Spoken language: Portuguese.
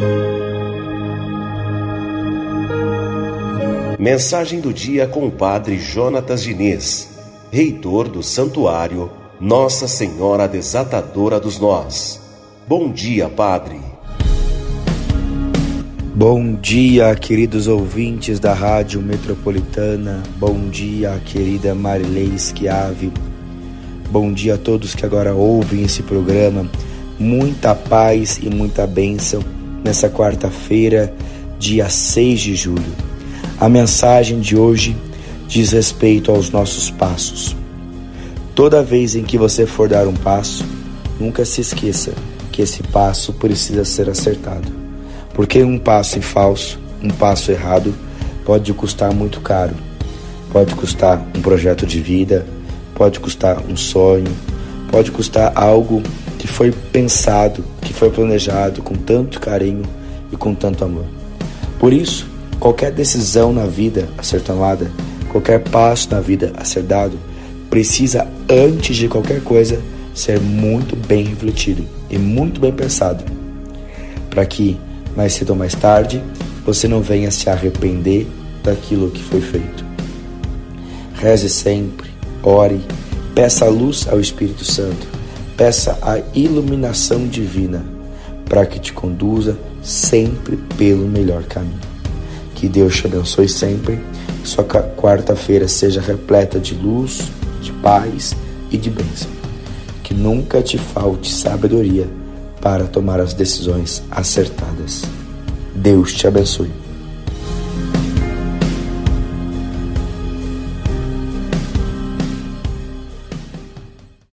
Mensagem do dia com o Padre Jonatas Diniz, reitor do Santuário Nossa Senhora Desatadora dos Nós. Bom dia, Padre. Bom dia, queridos ouvintes da Rádio Metropolitana. Bom dia, querida Marilei Schiavi. Bom dia a todos que agora ouvem esse programa. Muita paz e muita bênção nessa quarta-feira, dia 6 de julho. A mensagem de hoje diz respeito aos nossos passos. Toda vez em que você for dar um passo, nunca se esqueça que esse passo precisa ser acertado. Porque um passo em falso, um passo errado, pode custar muito caro. Pode custar um projeto de vida, pode custar um sonho, pode custar algo que foi pensado, que foi planejado com tanto carinho e com tanto amor. Por isso, qualquer decisão na vida a ser tomada, qualquer passo na vida a ser dado, precisa, antes de qualquer coisa, ser muito bem refletido e muito bem pensado, para que, mais cedo ou mais tarde, você não venha se arrepender daquilo que foi feito. Reze sempre, ore, peça a luz ao Espírito Santo, peça a iluminação divina, para que te conduza sempre pelo melhor caminho. Que Deus te abençoe sempre, que sua quarta-feira seja repleta de luz, de paz e de bênção. Que nunca te falte sabedoria para tomar as decisões acertadas. Deus te abençoe.